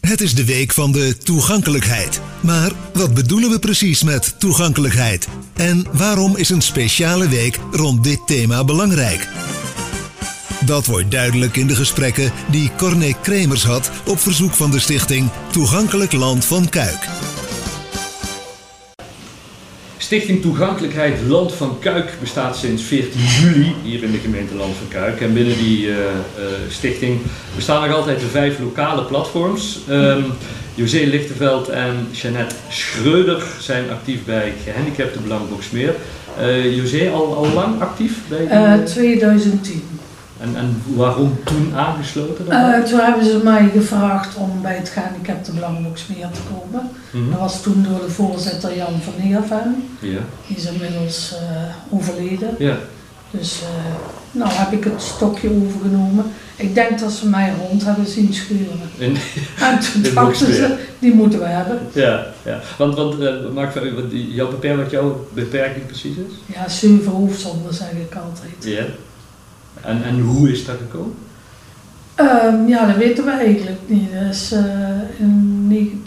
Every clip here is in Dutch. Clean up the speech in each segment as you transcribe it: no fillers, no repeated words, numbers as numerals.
Het is de week van de toegankelijkheid. Maar wat bedoelen we precies met toegankelijkheid? En waarom is een speciale week rond dit thema belangrijk? Dat wordt duidelijk in de gesprekken die Corné Kremers had op verzoek van de stichting Toegankelijk Land van Cuijk. Stichting Toegankelijkheid Land van Cuijk bestaat sinds 14 juli hier in de gemeente Land van Cuijk. En binnen die stichting bestaan nog altijd de 5 lokale platforms. José Lichtenveld en Jeannette Schreuder zijn actief bij Gehandicaptenbelang Boxmeer. José, al lang actief bij 2010. En waarom toen aangesloten? Toen hebben ze mij gevraagd om bij het Gehandicaptenbelang Boxmeer te komen. Dat was toen door de voorzitter Jan van Heerven. Ja. Die is inmiddels overleden. Ja. Dus nou heb ik het stokje overgenomen. Ik denk dat ze mij rond hebben zien scheuren. En toen dachten ze, die moeten we hebben. Ja, ja. Want wat jouw beperking precies is? Ja, 7 hoofdzonden zeg ik altijd. Ja. En hoe is dat gekomen? Ja, dat weten we eigenlijk niet. Dat is in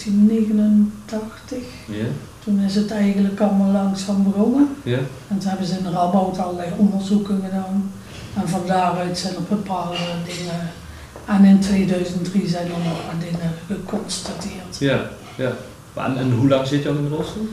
1989. Ja. Toen is het eigenlijk allemaal langzaam begonnen. Ja. En toen hebben ze in Radboud allerlei onderzoeken gedaan. En van daaruit zijn er bepaalde dingen. En in 2003 zijn er nog wat dingen geconstateerd. Ja, ja. En hoe lang zit je al in de rolstoel?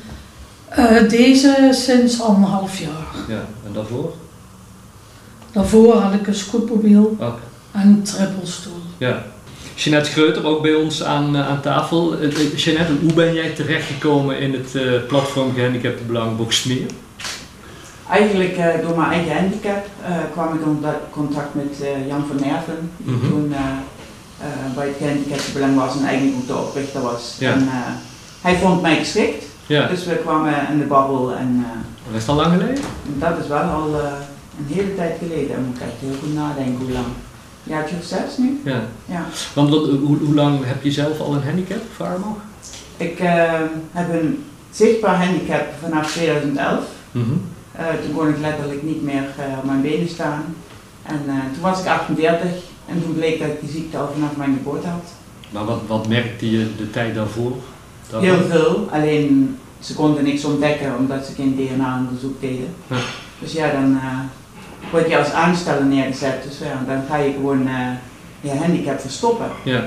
Deze sinds 1,5 jaar. Ja, en daarvoor? Daarvoor had ik een scootmobiel en een trippelstoel. Ja. Jeannette Schreuder ook bij ons aan tafel. Jeannette, hoe ben jij terechtgekomen in het platform Gehandicaptenbelang Boxmeer? Eigenlijk door mijn eigen handicap kwam ik in contact met Jan van Nerven, die toen bij het Gehandicaptenbelang was en eigenlijk ook de oprichter was. Ja. En, hij vond mij geschikt, Ja. dus we kwamen in de babbel. En Dat is al lang geleden? dat is wel al een hele tijd geleden, en moet ik echt heel goed nadenken hoe lang. Ja, het is 6 nu. Ja. Ja. Want hoe lang heb je zelf al een handicap, vraag nog? Ik heb een zichtbaar handicap vanaf 2011. Toen kon ik letterlijk niet meer op mijn benen staan. En toen was ik 38 en toen bleek dat ik die ziekte al vanaf mijn geboorte had. Maar wat merkte je de tijd daarvoor? Heel veel, alleen ze konden niks ontdekken omdat ze geen DNA-onderzoek deden. Ja. Dus ja, dan word je als aansteller neergezet, dus ja, dan ga je gewoon je handicap verstoppen. Ja.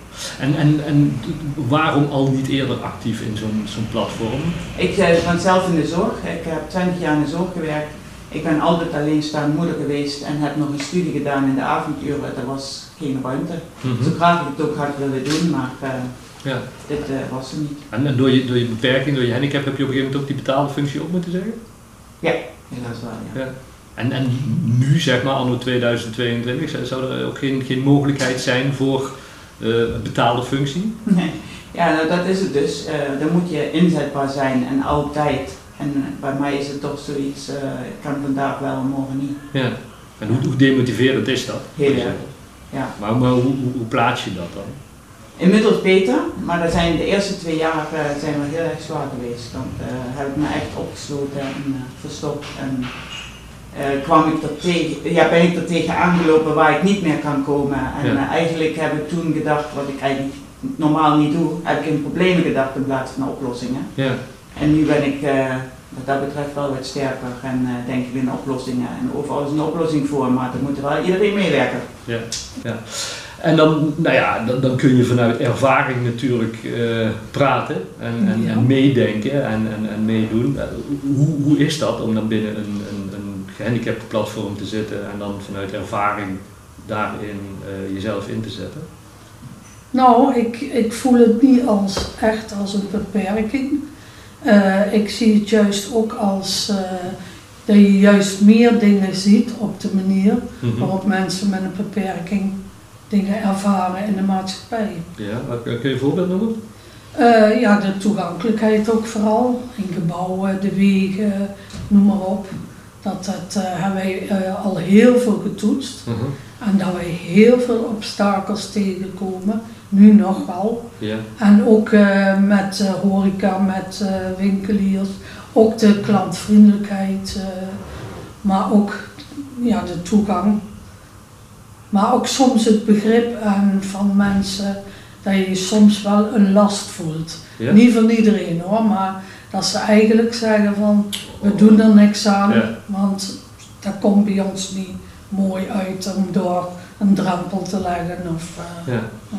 En waarom al niet eerder actief in zo'n platform? Ik ben zelf in de zorg, ik heb 20 jaar in de zorg gewerkt. Ik ben altijd alleenstaande moeder geweest en heb nog een studie gedaan in de avonduren. Er was geen ruimte. Zo graag ik het ook had willen doen, maar dit was er niet. En door je beperking, door je handicap, heb je op een gegeven moment ook die betaalde functie op moeten zeggen? Ja, helaas wel, ja. En nu, zeg maar, anno 2022, zou er ook geen mogelijkheid zijn voor een betaalde functie? Nee. Ja, nou, dat is het dus. Dan moet je inzetbaar zijn en altijd. En bij mij is het toch zoiets, ik kan vandaag wel en morgen niet. Ja. En hoe demotiverend is dat? Heel erg. Ja. Maar hoe plaats je dat dan? Inmiddels beter, maar de eerste 2 jaar zijn we heel erg zwaar geweest. Want heb ik me echt opgesloten en verstopt. En ben ik er tegen aangelopen waar ik niet meer kan komen. En eigenlijk heb ik toen gedacht, wat ik eigenlijk normaal niet doe, heb ik in problemen gedacht in plaats van oplossingen. Ja. En nu ben ik wat dat betreft wel wat sterker en denk ik in oplossingen. En overal is een oplossing voor, maar er moet wel iedereen meewerken. Ja. Ja. En dan kun je vanuit ervaring natuurlijk praten en meedenken en meedoen. Hoe is dat om dan binnen een gehandicapte platform te zitten en dan vanuit ervaring daarin jezelf in te zetten? Nou, ik voel het niet echt als een beperking. Ik zie het juist ook als dat je juist meer dingen ziet op de manier waarop mensen met een beperking dingen ervaren in de maatschappij. Ja, kun je een voorbeeld noemen? Ja, de toegankelijkheid ook vooral, in gebouwen, de wegen, noem maar op. Dat hebben wij al heel veel getoetst en dat wij heel veel obstakels tegenkomen, nu nog wel. Ja. En ook met horeca, met winkeliers, ook de klantvriendelijkheid, maar ook de toegang. Maar ook soms het begrip van mensen dat je soms wel een last voelt. Ja? Niet van iedereen hoor, maar dat ze eigenlijk zeggen van we doen er niks aan, want dat komt bij ons niet mooi uit om door een drempel te leggen. Of, ja.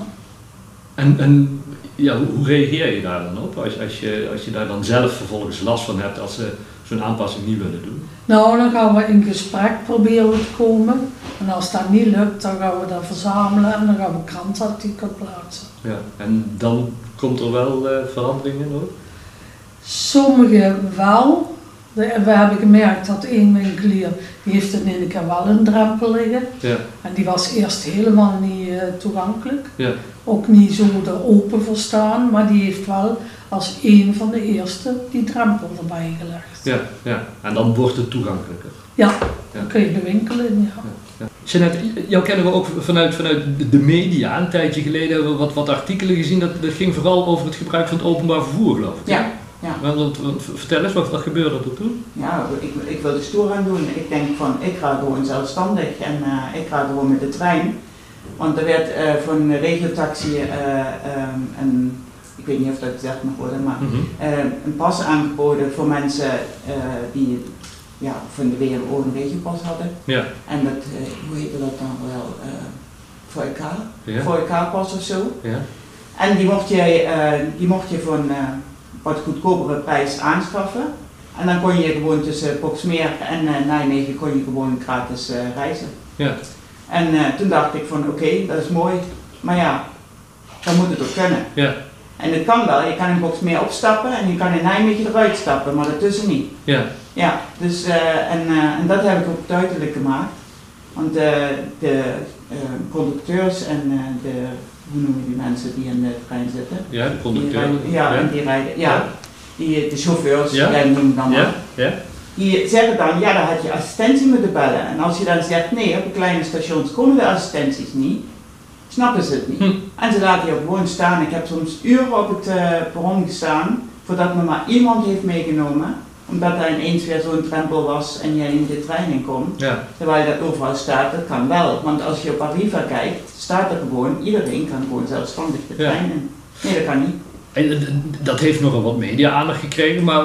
En ja, hoe reageer je daar dan op als je daar dan zelf vervolgens last van hebt als ze zo'n aanpassing niet willen doen? Nou, dan gaan we in gesprek proberen te komen. En als dat niet lukt, dan gaan we dat verzamelen en dan gaan we een krantartikel plaatsen. Ja, en dan komt er wel verandering in hoor? Sommige wel. We hebben gemerkt dat één winkelier, die heeft in één keer wel een drempel liggen. Ja. En die was eerst helemaal niet toegankelijk. Ja. Ook niet zo er open voor staan, maar die heeft wel als een van de eerste die drempel erbij gelegd. Ja, ja. En dan wordt het toegankelijker. Ja, dan kun je de winkel in, ja. Ja. Jeanette, jou kennen we ook vanuit de media. Een tijdje geleden hebben we wat artikelen gezien. Dat ging vooral over het gebruik van het openbaar vervoer, geloof ik. Ja. Ja. Vertel eens, wat gebeurde er toen? Ja, ik wil er stoer aan doen. Ik denk van, ik ga gewoon zelfstandig en ik ga gewoon met de trein. Want er werd voor een regiotaxi ik weet niet of dat gezegd mag worden, maar een pas aangeboden voor mensen die van de WMO een regiopas hadden. Ja. En dat, hoe heette dat dan wel, voor elkaar? Ja. Voor elkaar pas of zo. Ja. En die mocht je voor een wat goedkopere prijs aanschaffen. En dan kon je gewoon tussen Boxmeer en Nijmegen kon je gewoon gratis reizen. Ja. En toen dacht ik van oké, dat is mooi, maar ja, dan moet het ook kunnen. Ja. En het kan wel, je kan in Boxmeer opstappen en je kan in Nijmegen eruit stappen, maar daartussen niet. Ja. Ja, dus en dat heb ik ook duidelijk gemaakt. Want de conducteurs en hoe noemen die mensen die in de trein zitten? Ja, de conducteurs. Die rijden, de chauffeurs, ja. noem dan maar. Ja. Ja. Die zeggen dan, ja, dan had je assistentie moeten bellen. En als je dan zegt, nee, op de kleine stations komen de assistenties niet, snappen ze het niet. En ze laten je gewoon staan. Ik heb soms uren op het perron gestaan, voordat me maar iemand heeft meegenomen, omdat er ineens weer zo'n drempel was en je in de trein in komt. Ja. Terwijl dat overal staat, dat kan wel. Want als je op Arriva kijkt, staat er gewoon, iedereen kan gewoon zelfstandig de trein in. Nee, dat kan niet. En dat heeft nogal wat media-aandacht gekregen, maar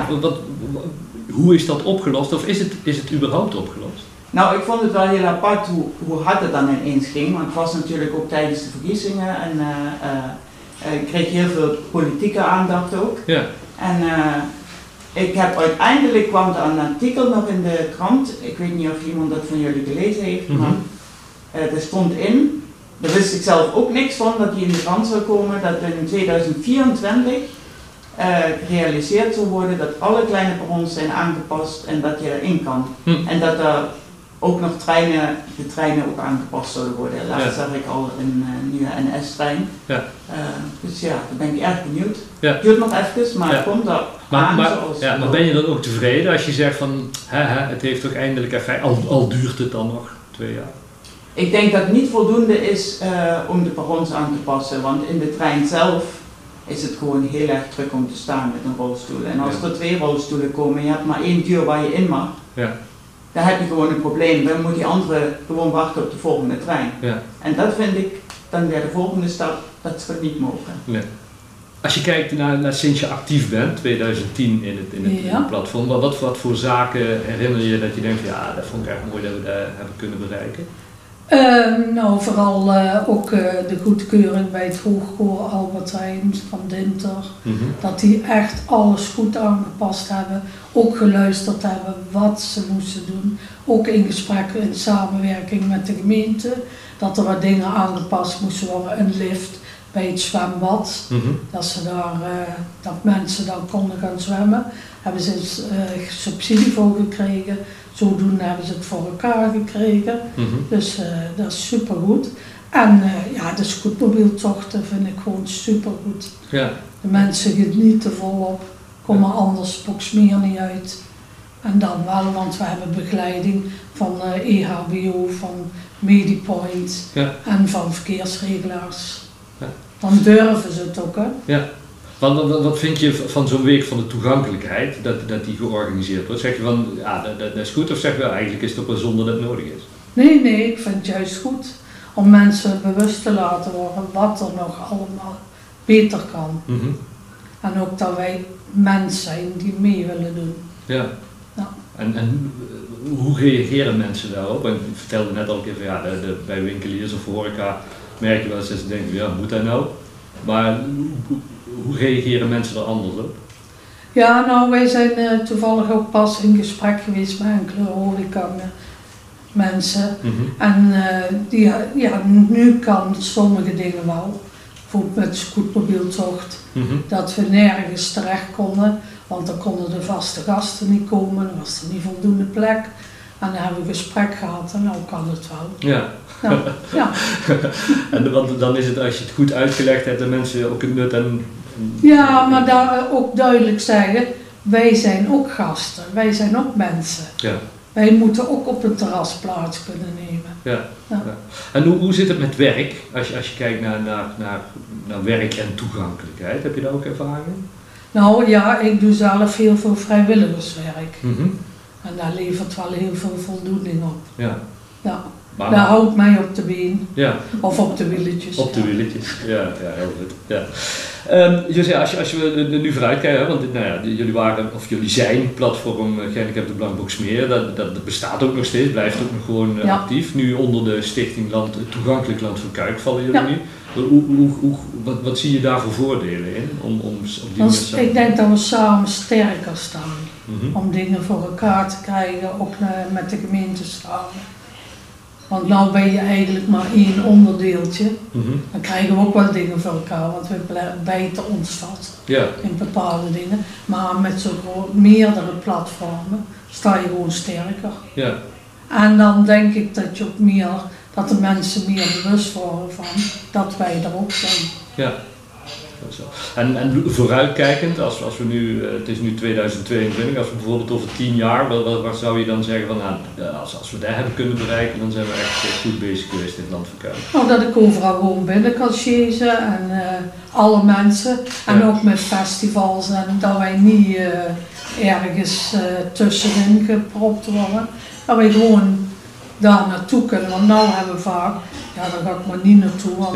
hoe is dat opgelost? Of is het überhaupt opgelost? Nou, ik vond het wel heel apart hoe hard het dan ineens ging. Want het was natuurlijk ook tijdens de verkiezingen en ik kreeg heel veel politieke aandacht ook. Ja. En uiteindelijk kwam er een artikel nog in de krant. Ik weet niet of iemand dat van jullie gelezen heeft, maar er stond in, daar wist ik zelf ook niks van, dat die in de krant zou komen, dat in 2024 gerealiseerd zal worden dat alle kleine perrons zijn aangepast en dat je erin kan. En dat er ook nog de treinen ook aangepast zullen worden. Laatst zag ik al een nieuwe NS-trein. Ja. Dus ja, daar ben ik erg benieuwd. Ja. Het duurt nog even, maar het komt er aan zoals... Ja, maar ben je dan ook tevreden als je zegt van, het heeft toch eindelijk effect, al duurt het dan nog 2 jaar? Ik denk dat het niet voldoende is om de perrons aan te passen, want in de trein zelf is het gewoon heel erg druk om te staan met een rolstoel. En als er 2 rolstoelen komen en je hebt maar 1 deur waar je in mag, dan heb je gewoon een probleem. Dan moet die andere gewoon wachten op de volgende trein. Ja. En dat vind ik dan weer de volgende stap, dat zou niet mogen. Nee. Als je kijkt naar sinds je actief bent, 2010 in het platform, wat voor zaken herinner je dat je denkt, ja, dat vond ik echt mooi dat we dat hebben kunnen bereiken? Nou, vooral ook de goedkeuring bij het Hoogkoor Albert Heijn van Dinter. Dat die echt alles goed aangepast hebben. Ook geluisterd hebben wat ze moesten doen. Ook in gesprek, in samenwerking met de gemeente. Dat er wat dingen aangepast moesten worden. Een lift bij het zwembad. Dat mensen dan konden gaan zwemmen. Hebben ze subsidie voor gekregen. Zodoende hebben ze het voor elkaar gekregen. Dus dat is supergoed. En de scootmobieltochten vind ik gewoon supergoed. Ja. De mensen genieten volop, komen anders Boxmeer niet uit. En dan wel, want we hebben begeleiding van EHBO, van Medipoint en van verkeersregelaars. Ja. Dan durven ze het ook, hè? Ja. Wat vind je van zo'n week van de toegankelijkheid, dat die georganiseerd wordt? Zeg je van, dat is goed, of zeg je wel, eigenlijk is het ook wel zonde dat het nodig is? Nee, ik vind het juist goed. om mensen bewust te laten worden wat er nog allemaal beter kan. En ook dat wij mens zijn die mee willen doen. Ja. Ja. En hoe reageren mensen daarop? En ik vertelde net al even, ja, bij winkeliers of horeca merk je wel eens dat ze denken, ja, moet dat nou? Maar hoe reageren mensen er anders op? Ja, nou, wij zijn toevallig ook pas in gesprek geweest met enkele horeca mensen. En nu kan sommige dingen wel. Bijvoorbeeld met de scootmobieltocht, dat we nergens terecht konden, want dan konden de vaste gasten niet komen, dan was er niet voldoende plek. En dan hebben we een gesprek gehad en nou kan het wel. Ja. Nou, ja. Want dan is het, als je het goed uitgelegd hebt, dat mensen ook het nut en... Ja, maar daar ook duidelijk zeggen, wij zijn ook gasten, wij zijn ook mensen. Ja. Wij moeten ook op het terras plaats kunnen nemen. Ja. Ja. En hoe zit het met werk? Als je kijkt naar werk en toegankelijkheid, heb je daar ook ervaring? Nou ja, ik doe zelf heel veel vrijwilligerswerk. En daar levert wel heel veel voldoening op. Ja. Ja. Dat houdt mij op de been. Ja. Of op de wieltjes. Op de wieltjes, ja, heel goed. Ja. José, als we er nu vooruit kijken, want nou ja, jullie zijn platform Gehandicapten Belang Boxmeer, dat bestaat ook nog steeds, blijft ook nog gewoon actief. Nu onder de stichting Toegankelijk Land van Cuijk vallen jullie nu. Wat zie je daar voor voordelen in? Ik denk dat we samen sterker staan. Om dingen voor elkaar te krijgen, ook met de gemeente samen. Want nu ben je eigenlijk maar één onderdeeltje. Dan krijgen we ook wel dingen voor elkaar, want we bijten ons vast in bepaalde dingen. Maar met zo'n meerdere platformen sta je gewoon sterker. Ja. En dan denk ik dat je ook dat de mensen meer bewust worden van dat wij er ook zijn. Ja. En vooruitkijkend, als we nu, het is nu 2022, als we bijvoorbeeld over 10 jaar, wat zou je dan zeggen van, nou, als we daar hebben kunnen bereiken, dan zijn we echt goed bezig geweest in het Land van Cuijk? Nou, dat ik overal gewoon binnen kan chasen en alle mensen, en ook met festivals, en dat wij niet ergens tussenin gepropt worden, dat wij gewoon daar naartoe kunnen, want nu hebben we vaak, ja, daar ga ik maar niet naartoe, want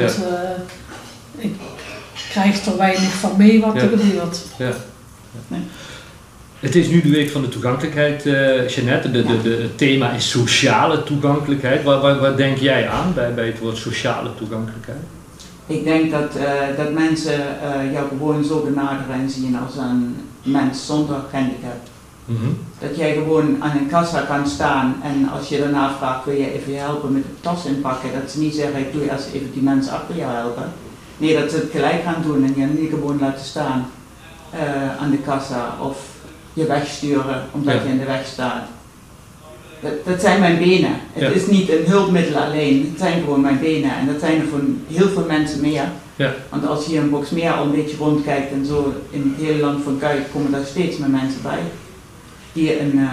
ik krijg er weinig van mee wat er gebeurt. Ja. Nee. Het is nu de week van de toegankelijkheid, Jeannette. Het thema is sociale toegankelijkheid. Wat denk jij aan bij het woord sociale toegankelijkheid? Ik denk dat mensen jou gewoon zo benaderen en zien als een mens zonder handicap. Dat jij gewoon aan een kassa kan staan en als je daarna vraagt, wil je even helpen met de tas inpakken, dat ze niet zeggen, ik doe eerst even die mensen achter jou helpen. Nee, dat ze het gelijk gaan doen en je niet gewoon laten staan aan de kassa of je wegsturen omdat je in de weg staat. Dat zijn mijn benen. Het is niet een hulpmiddel alleen, het zijn gewoon mijn benen en dat zijn er voor heel veel mensen meer. Ja. Want als je hier in Boxmeer al een beetje rondkijkt en zo in het hele Land van Cuijk komen daar steeds meer mensen bij die een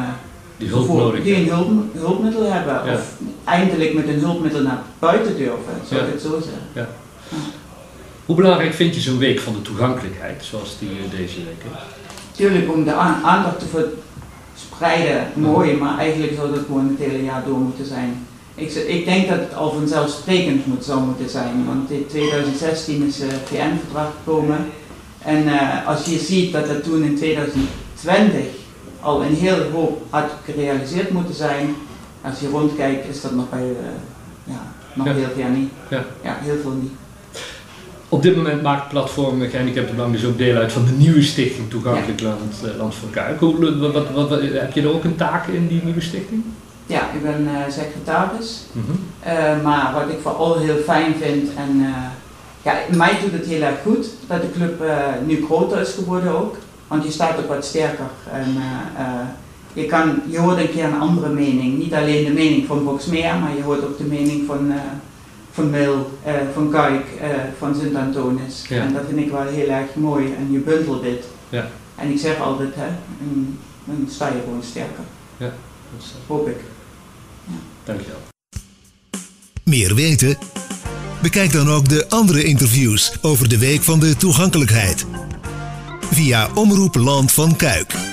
hulpmiddel hebben of eindelijk met een hulpmiddel naar buiten durven, zou ik het zo zeggen. Ja. Hoe belangrijk vind je zo'n week van de toegankelijkheid, zoals die deze week is? Tuurlijk, om de aandacht te verspreiden, mooi, maar eigenlijk zou dat gewoon het hele jaar door moeten zijn. Ik denk dat het al vanzelfsprekend zou moeten zijn, want in 2016 is het VN-verdrag gekomen. En als je ziet dat het toen in 2020 al een hele hoop had gerealiseerd moeten zijn, als je rondkijkt is dat nog heel ver niet. Ja, heel veel niet. Op dit moment maakt platform Gehandicapten Belang dus ook deel uit van de nieuwe stichting Toegankelijk Land van Cuijk. Heb je er ook een taak in die nieuwe stichting? Ja, ik ben secretaris. Maar wat ik vooral heel fijn vind, en mij doet het heel erg goed dat de club nu groter is geworden ook. Want je staat ook wat sterker. En, je hoort een keer een andere mening. Niet alleen de mening van Boxmeer, maar je hoort ook de mening van Mil, van Cuijk, van Sint-Antonis. Ja. En dat vind ik wel heel erg mooi en je bundelt dit. Ja. En ik zeg altijd, dan sta je gewoon sterker. Ja. Hoop ik. Ja. Dankjewel. Meer weten? Bekijk dan ook de andere interviews over de Week van de Toegankelijkheid. Via Omroep Land van Cuijk.